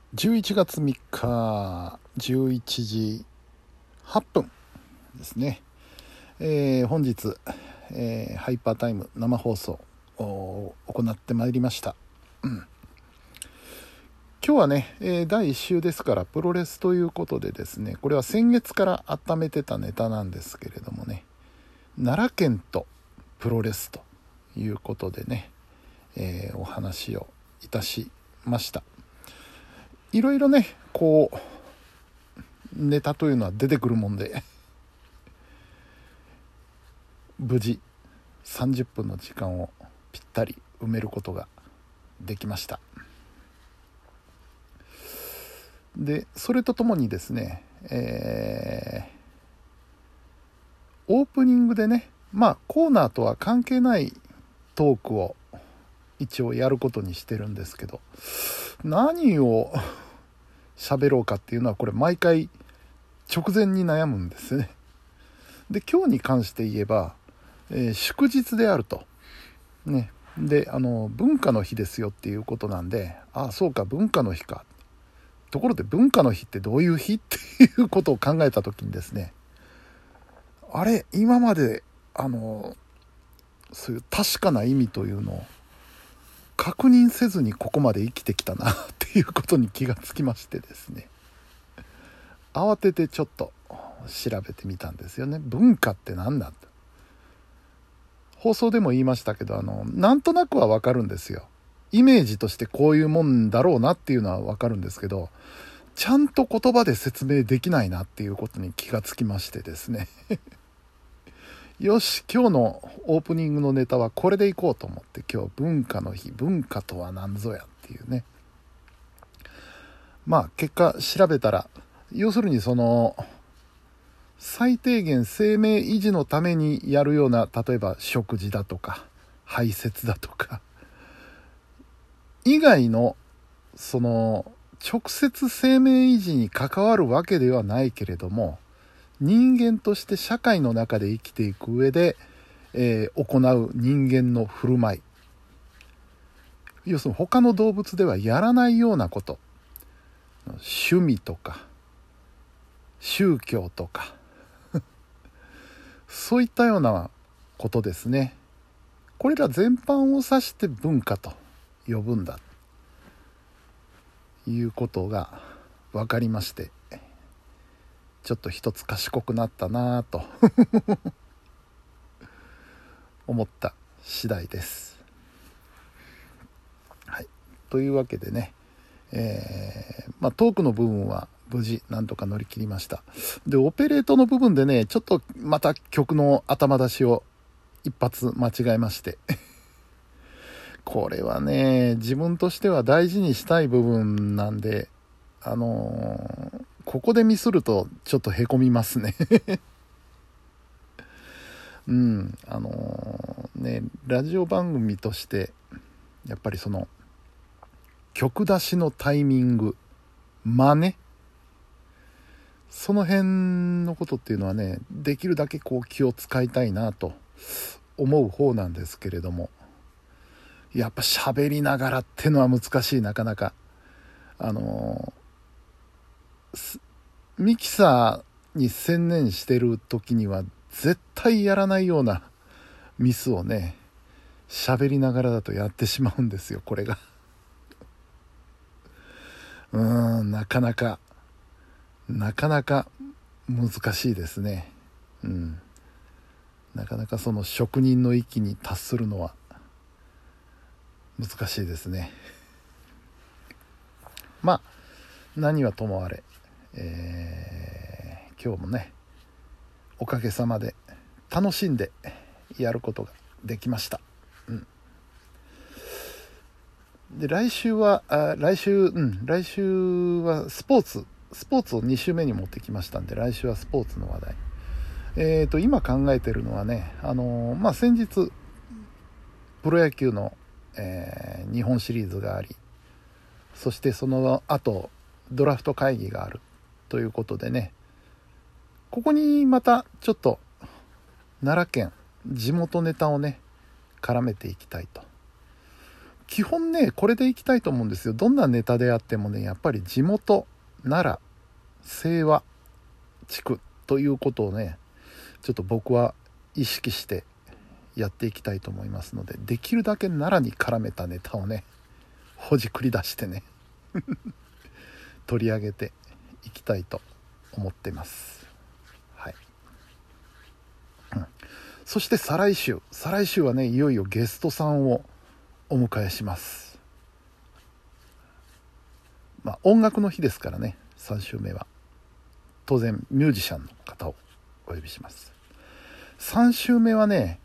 11月3日11時8分ですね。本日、ハイパータイム生放送を行ってまいりました。今日はね、第1週ですからプロレスということでですね、これは先月から温めてたネタなんですけれどもね、奈良県とプロレスということでね、お話をいたしました。いろいろねこうネタというのは出てくるもんで無事30分の時間をぴったり埋めることができました。でそれとともにですね、オープニングでねコーナーとは関係ないトークを一応やることにしてるんですけど、何を喋ろうかっていうのはこれ毎回直前に悩むんですね。で今日に関して言えば、祝日であるとね。で文化の日ですよっていうことなんで、そうか文化の日か。ところで文化の日ってどういう日っていうことを考えた時にですね、今までそういう確かな意味というのを確認せずにここまで生きてきたなっていうことに気がつきましてですね、慌ててちょっと調べてみたんですよね。文化って何だって。放送でも言いましたけどなんとなくは分かるんですよ。イメージとしてこういうもんだろうなっていうのは分かるんですけど、ちゃんと言葉で説明できないなっていうことに気がつきましてですねよし、今日のオープニングのネタはこれでいこうと思って、今日文化の日、文化とは何ぞやっていうね。結果調べたら、要するに最低限生命維持のためにやるような、例えば食事だとか排泄だとか以外の直接生命維持に関わるわけではないけれども、人間として社会の中で生きていく上で、行う人間の振る舞い、要するに他の動物ではやらないようなこと、趣味とか宗教とかそういったようなことですね。これら全般を指して文化と呼ぶんだということが分かりまして、ちょっと一つ賢くなったなぁと思った次第です。はい、というわけでね、トークの部分は無事なんとか乗り切りました。でオペレートの部分でね、ちょっとまた曲の頭出しを一発間違えましてこれはね自分としては大事にしたい部分なんで、ここでミスるとちょっとへこみますねラジオ番組としてやっぱり曲出しのタイミング、真似、その辺のことっていうのはね、できるだけ気を使いたいなと思う方なんですけれども、やっぱ喋りながらってのは難しい。なかなかミキサーに専念してる時には絶対やらないようなミスをね、喋りながらだとやってしまうんですよ、これがなかなか難しいですね。なかなか職人の域に達するのは難しいですね。何はともあれ、今日もねおかげさまで楽しんでやることができました。で来週はスポーツを2週目に持ってきましたんで、来週はスポーツの話題。今考えてるのはね、先日プロ野球の、日本シリーズがあり、そしてその後ドラフト会議があるということでね、ここにまたちょっと奈良県地元ネタをね絡めていきたいと。 基本ねこれでいきたいと思うんですよ。どんなネタであってもねやっぱり地元奈良清和地区ということをねちょっと僕は意識してやっていきたいと思いますので、できるだけ奈良に絡めたネタをねほじくり出してね取り上げていきたいと思ってます。はい、そして再来週はねいよいよゲストさんをお迎えします。音楽の日ですからね、3週目は当然ミュージシャンの方をお呼びします。3週目はね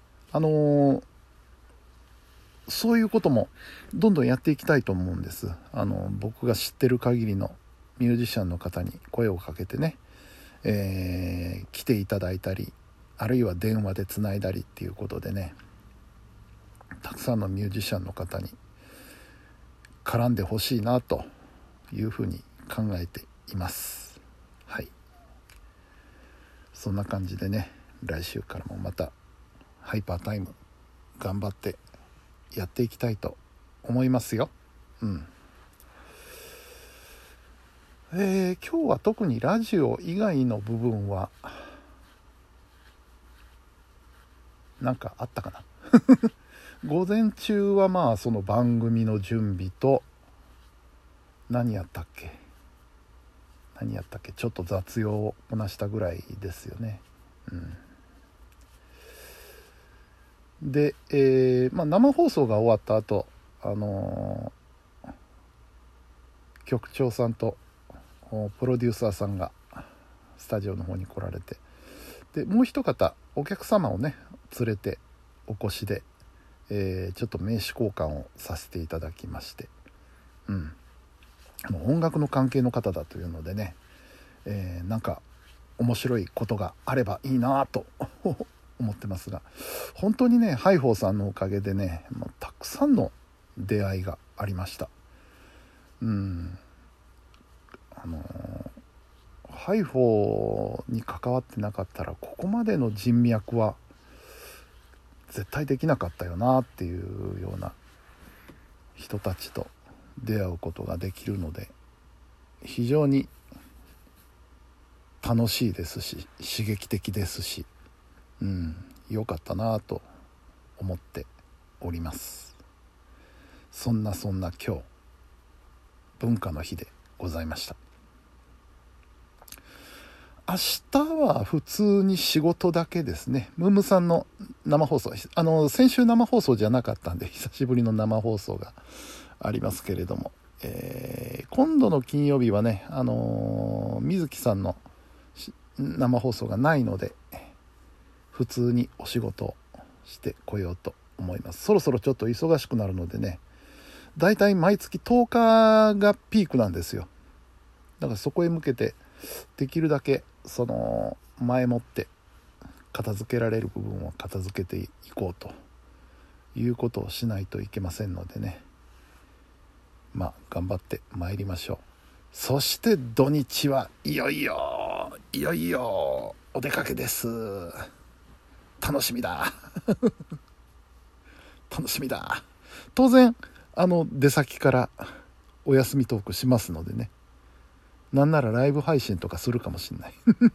そういうこともどんどんやっていきたいと思うんです。僕が知ってる限りのミュージシャンの方に声をかけてね、来ていただいたり、あるいは電話でつないだりっていうことでね、たくさんのミュージシャンの方に絡んでほしいなというふうに考えています。はい、そんな感じでね、来週からもまたハイパータイム頑張ってやっていきたいと思いますよ。今日は特にラジオ以外の部分は何かあったかな午前中はその番組の準備と何やったっけちょっと雑用をこなしたぐらいですよね。で、生放送が終わった後局長さんとプロデューサーさんがスタジオの方に来られて、でもう一方お客様をね連れてお越しで、ちょっと名刺交換をさせていただきまして、音楽の関係の方だというのでね、なんか面白いことがあればいいなと思ってますが、本当にねハイホーさんのおかげでねたくさんの出会いがありました。ハイホーに関わってなかったらここまでの人脈は絶対できなかったよなっていうような人たちと出会うことができるので、非常に楽しいですし刺激的ですし、良かったなと思っております。そんな今日文化の日でございました。明日は普通に仕事だけですね。ムームさんの生放送、先週生放送じゃなかったんで久しぶりの生放送がありますけれども、今度の金曜日はね水木さんの生放送がないので普通にお仕事をしてこようと思います。そろそろちょっと忙しくなるのでね、だいたい毎月10日がピークなんですよ。だからそこへ向けてできるだけ前もって片付けられる部分を片付けていこうということをしないといけませんのでね、頑張ってまいりましょう。そして土日はいよいよお出かけです。楽しみだ楽しみだ。当然出先からお休みトークしますのでね、なんならライブ配信とかするかもしれない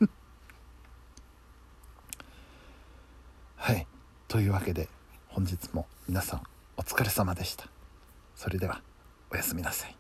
はい、というわけで本日も皆さんお疲れ様でした。それではおやすみなさい。